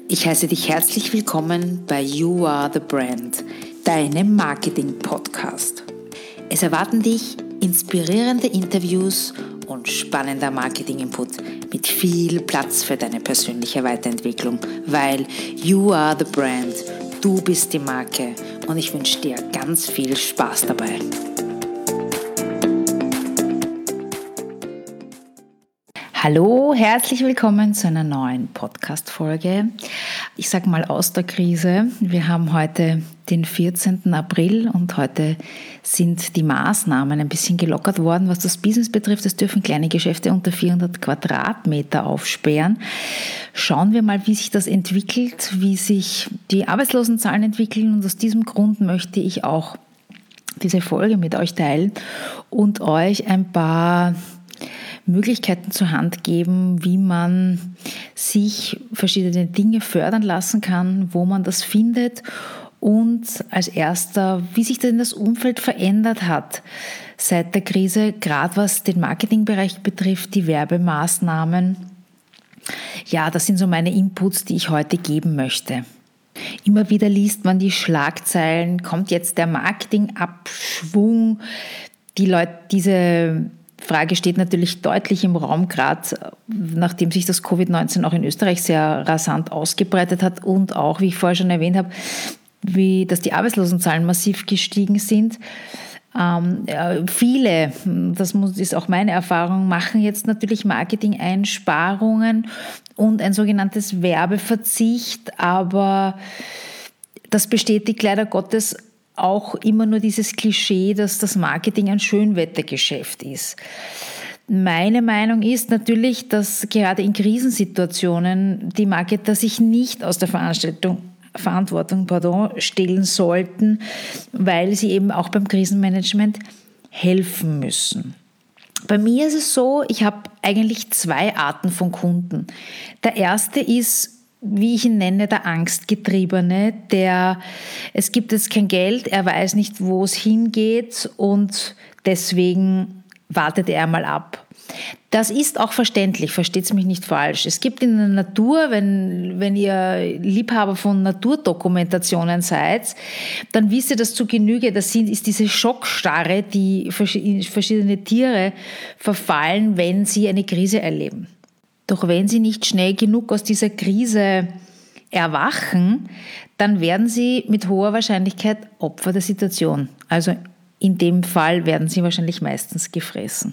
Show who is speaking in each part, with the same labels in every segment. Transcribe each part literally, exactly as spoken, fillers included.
Speaker 1: Ich heiße dich herzlich willkommen bei You Are the Brand, deinem Marketing-Podcast. Es erwarten dich inspirierende Interviews und spannender Marketing-Input mit viel Platz für deine persönliche Weiterentwicklung, weil You Are the Brand, du bist die Marke und ich wünsche dir ganz viel Spaß dabei. Hallo, herzlich willkommen zu einer neuen Podcast-Folge. Ich sage mal aus der Krise. Wir haben heute den vierzehnten April und heute sind die Maßnahmen ein bisschen gelockert worden, was das Business betrifft. Es dürfen kleine Geschäfte unter vierhundert Quadratmeter aufsperren. Schauen wir mal, wie sich das entwickelt, wie sich die Arbeitslosenzahlen entwickeln und aus diesem Grund möchte ich auch diese Folge mit euch teilen und euch ein paar Möglichkeiten zur Hand geben, wie man sich verschiedene Dinge fördern lassen kann, wo man das findet und als erster, wie sich denn das Umfeld verändert hat seit der Krise, gerade was den Marketingbereich betrifft, die Werbemaßnahmen. Ja, das sind so meine Inputs, die ich heute geben möchte. Immer wieder liest man die Schlagzeilen, kommt jetzt der Marketingabschwung, die Leute, diese Frage steht natürlich deutlich im Raum, gerade nachdem sich das Covid neunzehn auch in Österreich sehr rasant ausgebreitet hat und auch, wie ich vorher schon erwähnt habe, wie, dass die Arbeitslosenzahlen massiv gestiegen sind. Ähm, ja, viele, das muss, ist auch meine Erfahrung, machen jetzt natürlich Marketing-Einsparungen und ein sogenanntes Werbeverzicht, aber das bestätigt leider Gottes auch immer nur dieses Klischee, dass das Marketing ein Schönwettergeschäft ist. Meine Meinung ist natürlich, dass gerade in Krisensituationen die Marketer sich nicht aus der Veranstaltung, Verantwortung pardon, stellen sollten, weil sie eben auch beim Krisenmanagement helfen müssen. Bei mir ist es so, ich habe eigentlich zwei Arten von Kunden. Der erste ist, wie ich ihn nenne, der Angstgetriebene, der, es gibt jetzt kein Geld, er weiß nicht, wo es hingeht und deswegen wartet er mal ab. Das ist auch verständlich, versteht's mich nicht falsch. Es gibt in der Natur, wenn, wenn ihr Liebhaber von Naturdokumentationen seid, dann wisst ihr das zu Genüge, das sind, ist diese Schockstarre, die verschiedene Tiere verfallen, wenn sie eine Krise erleben. Doch wenn sie nicht schnell genug aus dieser Krise erwachen, dann werden sie mit hoher Wahrscheinlichkeit Opfer der Situation. Also in dem Fall werden sie wahrscheinlich meistens gefressen.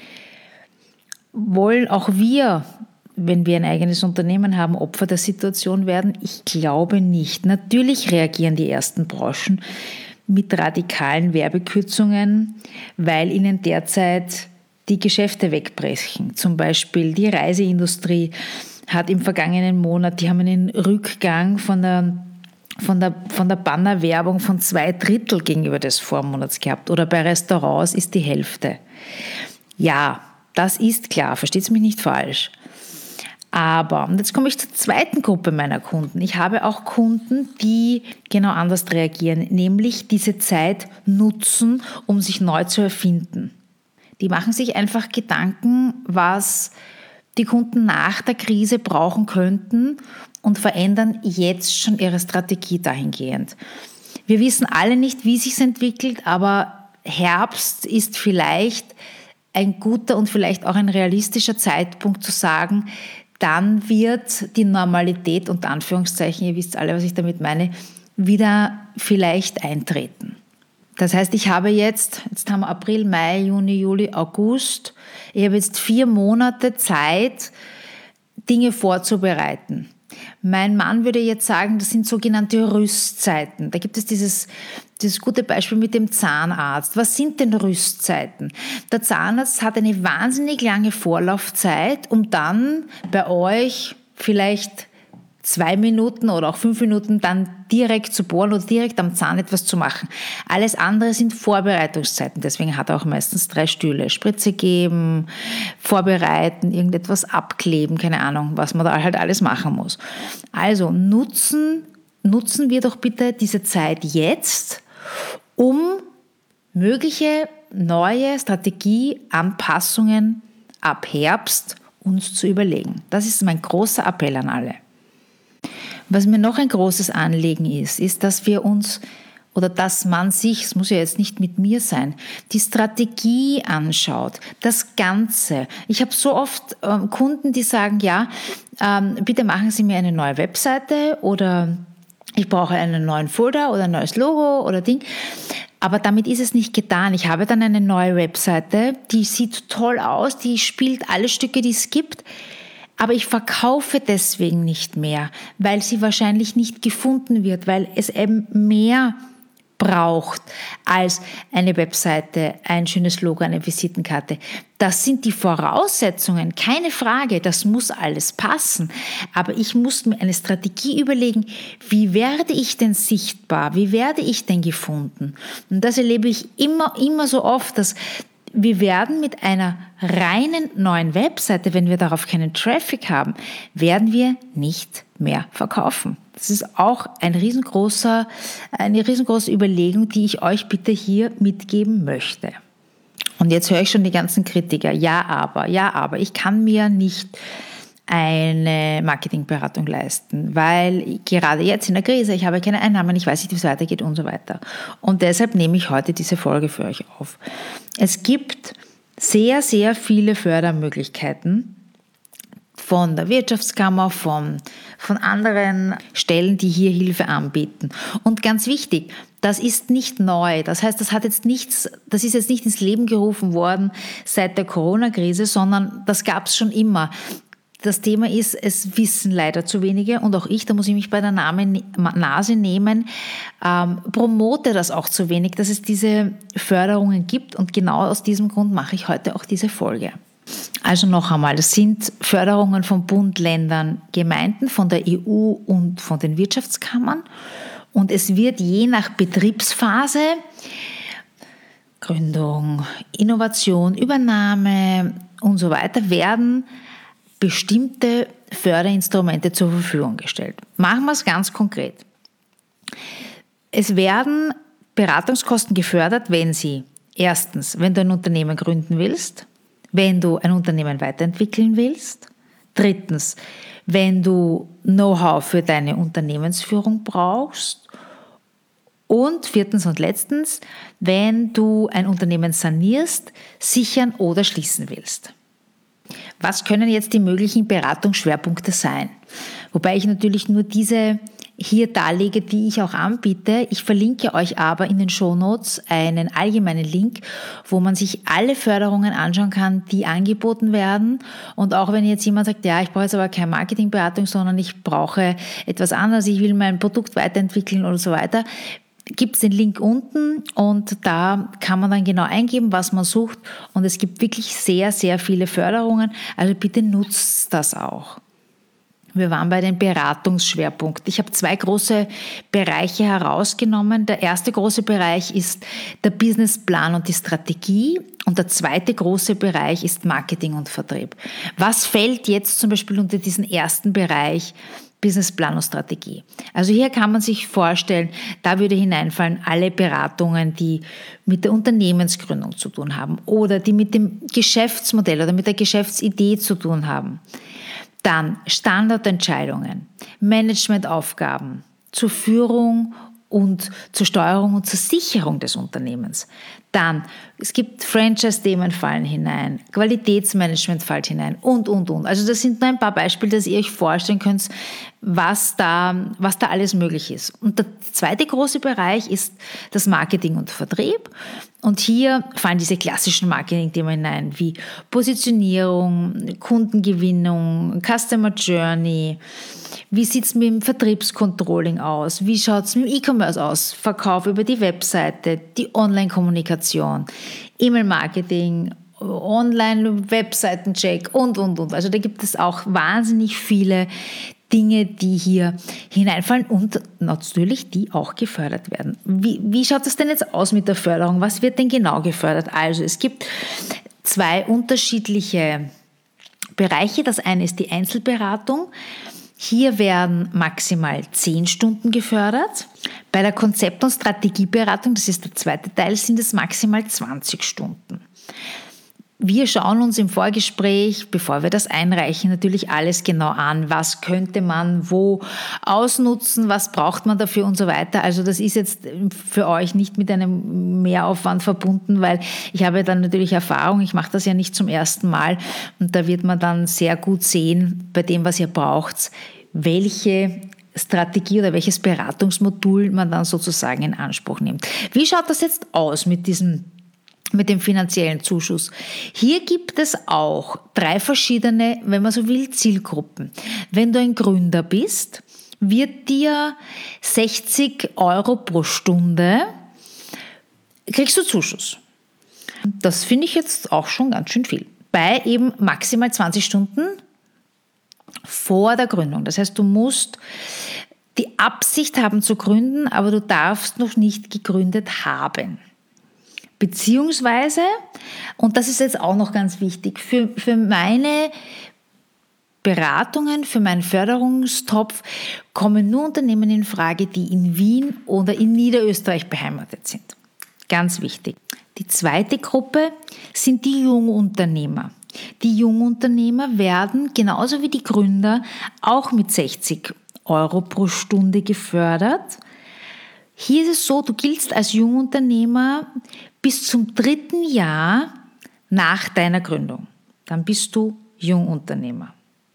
Speaker 1: Wollen auch wir, wenn wir ein eigenes Unternehmen haben, Opfer der Situation werden? Ich glaube nicht. Natürlich reagieren die ersten Branchen mit radikalen Werbekürzungen, weil ihnen derzeit die Geschäfte wegbrechen. Zum Beispiel die Reiseindustrie hat im vergangenen Monat, die haben einen Rückgang von der, von der, von der Bannerwerbung von zwei Drittel gegenüber des Vormonats gehabt. Oder bei Restaurants ist die Hälfte. Ja, das ist klar, versteht mich nicht falsch. Aber, und jetzt komme ich zur zweiten Gruppe meiner Kunden. Ich habe auch Kunden, die genau anders reagieren, nämlich diese Zeit nutzen, um sich neu zu erfinden. Die machen sich einfach Gedanken, was die Kunden nach der Krise brauchen könnten und verändern jetzt schon ihre Strategie dahingehend. Wir wissen alle nicht, wie es sich entwickelt, aber Herbst ist vielleicht ein guter und vielleicht auch ein realistischer Zeitpunkt zu sagen, dann wird die Normalität, unter Anführungszeichen, ihr wisst alle, was ich damit meine, wieder vielleicht eintreten. Das heißt, ich habe jetzt, jetzt haben wir April, Mai, Juni, Juli, August, ich habe jetzt vier Monate Zeit, Dinge vorzubereiten. Mein Mann würde jetzt sagen, das sind sogenannte Rüstzeiten. Da gibt es dieses, dieses gute Beispiel mit dem Zahnarzt. Was sind denn Rüstzeiten? Der Zahnarzt hat eine wahnsinnig lange Vorlaufzeit, um dann bei euch vielleicht zwei Minuten oder auch fünf Minuten dann direkt zu bohren oder direkt am Zahn etwas zu machen. Alles andere sind Vorbereitungszeiten. Deswegen hat er auch meistens drei Stühle. Spritze geben, vorbereiten, irgendetwas abkleben, keine Ahnung, was man da halt alles machen muss. Also nutzen, nutzen wir doch bitte diese Zeit jetzt, um mögliche neue Strategieanpassungen ab Herbst uns zu überlegen. Das ist mein großer Appell an alle. Was mir noch ein großes Anliegen ist, ist, dass wir uns oder dass man sich, es muss ja jetzt nicht mit mir sein, die Strategie anschaut, das Ganze. Ich habe so oft ähm, Kunden, die sagen, ja, ähm, bitte machen Sie mir eine neue Webseite oder ich brauche einen neuen Folder oder ein neues Logo oder Ding. Aber damit ist es nicht getan. Ich habe dann eine neue Webseite, die sieht toll aus, die spielt alle Stücke, die es gibt. Aber ich verkaufe deswegen nicht mehr, weil sie wahrscheinlich nicht gefunden wird, weil es eben mehr braucht als eine Webseite, ein schönes Logo, eine Visitenkarte. Das sind die Voraussetzungen, keine Frage, das muss alles passen. Aber ich muss mir eine Strategie überlegen, wie werde ich denn sichtbar, wie werde ich denn gefunden? Und das erlebe ich immer, immer so oft, dass wir werden mit einer reinen neuen Webseite, wenn wir darauf keinen Traffic haben, werden wir nicht mehr verkaufen. Das ist auch ein riesengroßer, eine riesengroße Überlegung, die ich euch bitte hier mitgeben möchte. Und jetzt höre ich schon die ganzen Kritiker. Ja, aber, ja, aber, ich kann mir nicht eine Marketingberatung leisten, weil gerade jetzt in der Krise, ich habe keine Einnahmen, ich weiß nicht, wie es weitergeht und so weiter. Und deshalb nehme ich heute diese Folge für euch auf. Es gibt sehr, sehr viele Fördermöglichkeiten von der Wirtschaftskammer, von, von anderen Stellen, die hier Hilfe anbieten. Und ganz wichtig, das ist nicht neu. Das heißt, das hat jetzt nichts, das ist jetzt nicht ins Leben gerufen worden seit der Corona-Krise, sondern das gab es schon immer. Das Thema ist, es wissen leider zu wenige und auch ich, da muss ich mich bei der Nase nehmen, ähm, promote das auch zu wenig, dass es diese Förderungen gibt und genau aus diesem Grund mache ich heute auch diese Folge. Also noch einmal, das sind Förderungen von Bund, Ländern, Gemeinden, von der E U und von den Wirtschaftskammern und es wird je nach Betriebsphase, Gründung, Innovation, Übernahme und so weiter werden bestimmte Förderinstrumente zur Verfügung gestellt. Machen wir es ganz konkret. Es werden Beratungskosten gefördert, wenn Sie erstens, wenn du ein Unternehmen gründen willst, wenn du ein Unternehmen weiterentwickeln willst, drittens, wenn du Know-how für deine Unternehmensführung brauchst und viertens und letztens, wenn du ein Unternehmen sanierst, sichern oder schließen willst. Was können jetzt die möglichen Beratungsschwerpunkte sein? Wobei ich natürlich nur diese hier darlege, die ich auch anbiete. Ich verlinke euch aber in den Shownotes einen allgemeinen Link, wo man sich alle Förderungen anschauen kann, die angeboten werden. Und auch wenn jetzt jemand sagt, ja, ich brauche jetzt aber keine Marketingberatung, sondern ich brauche etwas anderes, ich will mein Produkt weiterentwickeln oder so weiter, gibt es den Link unten und da kann man dann genau eingeben, was man sucht und es gibt wirklich sehr, sehr viele Förderungen, also bitte nutzt das auch. Wir waren bei den Beratungsschwerpunkten. Ich habe zwei große Bereiche herausgenommen. Der erste große Bereich ist der Businessplan und die Strategie und der zweite große Bereich ist Marketing und Vertrieb. Was fällt jetzt zum Beispiel unter diesen ersten Bereich Businessplan und Strategie? Also hier kann man sich vorstellen, da würde hineinfallen alle Beratungen, die mit der Unternehmensgründung zu tun haben oder die mit dem Geschäftsmodell oder mit der Geschäftsidee zu tun haben. Dann Standardentscheidungen, Managementaufgaben zur Führung und zur Steuerung und zur Sicherung des Unternehmens. Dann, es gibt Franchise-Themen fallen hinein, Qualitätsmanagement fällt hinein und, und, und. Also das sind nur ein paar Beispiele, dass ihr euch vorstellen könnt, was da, was da alles möglich ist. Und der zweite große Bereich ist das Marketing und Vertrieb. Und hier fallen diese klassischen Marketing-Themen hinein, wie Positionierung, Kundengewinnung, Customer Journey. Wie sieht es mit dem Vertriebscontrolling aus? Wie schaut es mit dem E-Commerce aus? Verkauf über die Webseite, die Online-Kommunikation, E-Mail-Marketing, Online-Webseitencheck und, und, und. Also da gibt es auch wahnsinnig viele Dinge, die hier hineinfallen und natürlich die auch gefördert werden. Wie, wie schaut es denn jetzt aus mit der Förderung? Was wird denn genau gefördert? Also es gibt zwei unterschiedliche Bereiche. Das eine ist die Einzelberatung. Hier werden maximal zehn Stunden gefördert. Bei der Konzept- und Strategieberatung, das ist der zweite Teil, sind es maximal zwanzig Stunden. Wir schauen uns im Vorgespräch, bevor wir das einreichen, natürlich alles genau an. Was könnte man wo ausnutzen, was braucht man dafür und so weiter. Also das ist jetzt für euch nicht mit einem Mehraufwand verbunden, weil ich habe dann natürlich Erfahrung, ich mache das ja nicht zum ersten Mal und da wird man dann sehr gut sehen, bei dem, was ihr braucht, welche Strategie oder welches Beratungsmodul man dann sozusagen in Anspruch nimmt. Wie schaut das jetzt aus mit diesem mit dem finanziellen Zuschuss? Hier gibt es auch drei verschiedene, wenn man so will, Zielgruppen. Wenn du ein Gründer bist, wird dir sechzig Euro pro Stunde, kriegst du Zuschuss. Das finde ich jetzt auch schon ganz schön viel. Bei eben maximal zwanzig Stunden vor der Gründung. Das heißt, du musst die Absicht haben zu gründen, aber du darfst noch nicht gegründet haben. Beziehungsweise, und das ist jetzt auch noch ganz wichtig, für, für meine Beratungen, für meinen Förderungstopf kommen nur Unternehmen in Frage, die in Wien oder in Niederösterreich beheimatet sind. Ganz wichtig. Die zweite Gruppe sind die Jungunternehmer. Die Jungunternehmer werden genauso wie die Gründer auch mit sechzig Euro pro Stunde gefördert. Hier ist es so, du giltst als Jungunternehmer bis zum dritten Jahr nach deiner Gründung. Dann bist du Jungunternehmer.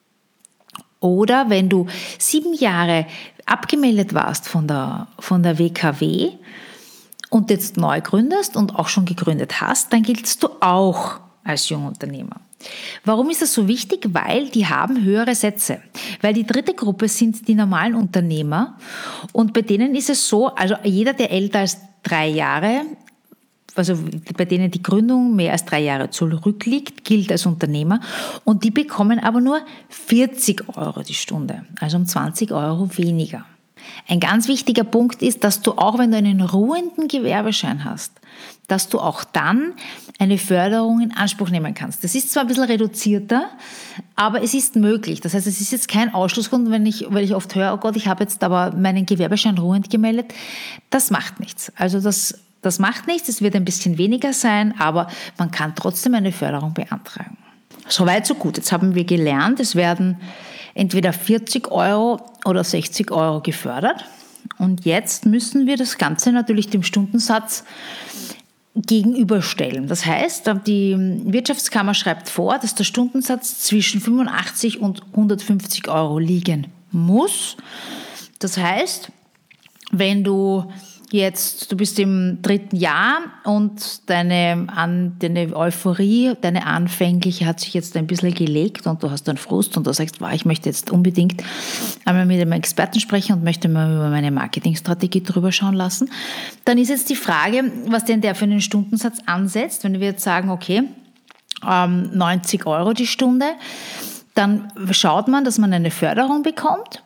Speaker 1: Oder wenn du sieben Jahre abgemeldet warst von der, von der W K W und jetzt neu gründest und auch schon gegründet hast, dann giltst du auch als Jungunternehmer. Warum ist das so wichtig? Weil die haben höhere Sätze. Weil die dritte Gruppe sind die normalen Unternehmer und bei denen ist es so, also jeder, der älter als drei Jahre, also bei denen die Gründung mehr als drei Jahre zurückliegt, gilt als Unternehmer und die bekommen aber nur vierzig Euro die Stunde, also um zwanzig Euro weniger. Ein ganz wichtiger Punkt ist, dass du auch, wenn du einen ruhenden Gewerbeschein hast, dass du auch dann eine Förderung in Anspruch nehmen kannst. Das ist zwar ein bisschen reduzierter, aber es ist möglich. Das heißt, es ist jetzt kein Ausschlussgrund, wenn ich, weil ich oft höre, oh Gott, ich habe jetzt aber meinen Gewerbeschein ruhend gemeldet. Das macht nichts. Also das, das macht nichts, es wird ein bisschen weniger sein, aber man kann trotzdem eine Förderung beantragen. Soweit, so gut. Jetzt haben wir gelernt, es werden entweder vierzig Euro oder sechzig Euro gefördert. Und jetzt müssen wir das Ganze natürlich dem Stundensatz gegenüberstellen. Das heißt, die Wirtschaftskammer schreibt vor, dass der Stundensatz zwischen fünfundachtzig und hundertfünfzig Euro liegen muss. Das heißt, wenn du jetzt, du bist im dritten Jahr und deine, an, deine Euphorie, deine anfängliche hat sich jetzt ein bisschen gelegt und du hast einen Frust und du sagst, wow, ich möchte jetzt unbedingt einmal mit einem Experten sprechen und möchte mal über meine Marketingstrategie drüber schauen lassen, dann ist jetzt die Frage, was denn der für einen Stundensatz ansetzt. Wenn wir jetzt sagen, okay, ähm, neunzig Euro die Stunde, dann schaut man, dass man eine Förderung bekommt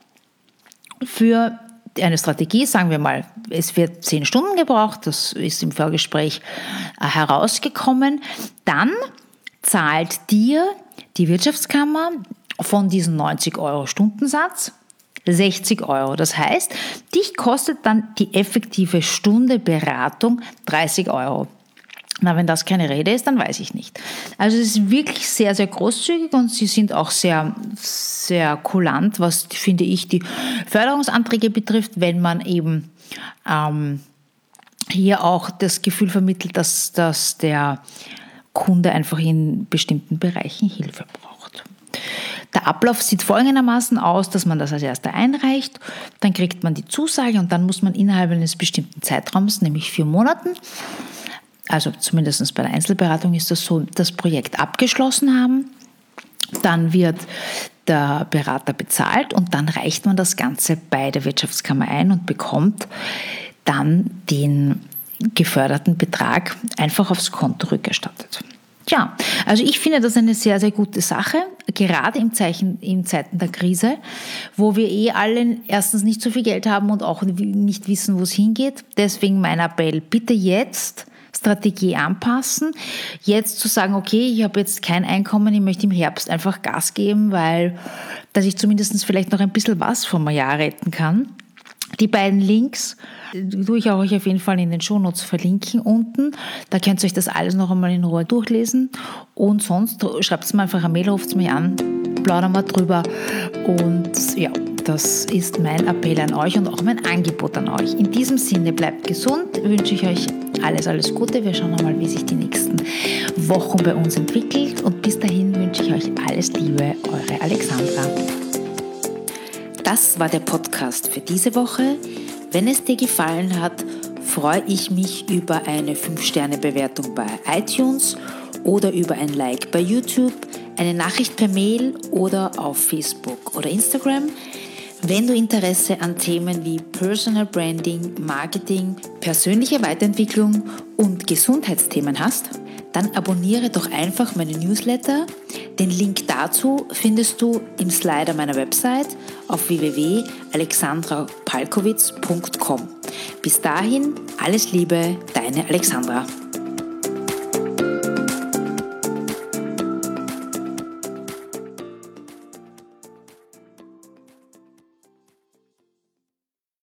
Speaker 1: für eine Strategie, sagen wir mal, es wird zehn Stunden gebraucht, das ist im Vorgespräch herausgekommen, dann zahlt dir die Wirtschaftskammer von diesem neunzig Euro Stundensatz sechzig Euro. Das heißt, dich kostet dann die effektive Stunde Beratung dreißig Euro. Na, wenn das keine Rede ist, dann weiß ich nicht. Also es ist wirklich sehr, sehr großzügig und sie sind auch sehr, sehr kulant, was, finde ich, die Förderungsanträge betrifft, wenn man eben ähm, hier auch das Gefühl vermittelt, dass, dass der Kunde einfach in bestimmten Bereichen Hilfe braucht. Der Ablauf sieht folgendermaßen aus, dass man das als Erster einreicht, dann kriegt man die Zusage und dann muss man innerhalb eines bestimmten Zeitraums, nämlich vier Monaten, also zumindest bei der Einzelberatung ist das so, das Projekt abgeschlossen haben. Dann wird der Berater bezahlt und dann reicht man das Ganze bei der Wirtschaftskammer ein und bekommt dann den geförderten Betrag einfach aufs Konto rückerstattet. Ja, also ich finde das eine sehr, sehr gute Sache, gerade im Zeichen, in Zeiten der Krise, wo wir eh alle erstens nicht so viel Geld haben und auch nicht wissen, wo es hingeht. Deswegen mein Appell, bitte jetzt Strategie anpassen. Jetzt zu sagen, okay, ich habe jetzt kein Einkommen, ich möchte im Herbst einfach Gas geben, weil, dass ich zumindest vielleicht noch ein bisschen was vom Jahr retten kann. Die beiden Links tue ich euch auf jeden Fall in den Shownotes verlinken unten. Da könnt ihr euch das alles noch einmal in Ruhe durchlesen. Und sonst schreibt es mir einfach eine Mail, ruft es mich an, plaudern wir drüber. Und ja, das ist mein Appell an euch und auch mein Angebot an euch. In diesem Sinne, bleibt gesund, wünsche ich euch alles, alles Gute. Wir schauen mal, wie sich die nächsten Wochen bei uns entwickelt. Und bis dahin wünsche ich euch alles Liebe, eure Alexandra. Das war der Podcast für diese Woche. Wenn es dir gefallen hat, freue ich mich über eine fünf Sterne Bewertung bei iTunes oder über ein Like bei YouTube, eine Nachricht per Mail oder auf Facebook oder Instagram. Wenn du Interesse an Themen wie Personal Branding, Marketing, persönliche Weiterentwicklung und Gesundheitsthemen hast, dann abonniere doch einfach meine Newsletter. Den Link dazu findest du im Slider meiner Website auf w w w punkt alexandra palkowitz punkt com. Bis dahin, alles Liebe, deine Alexandra.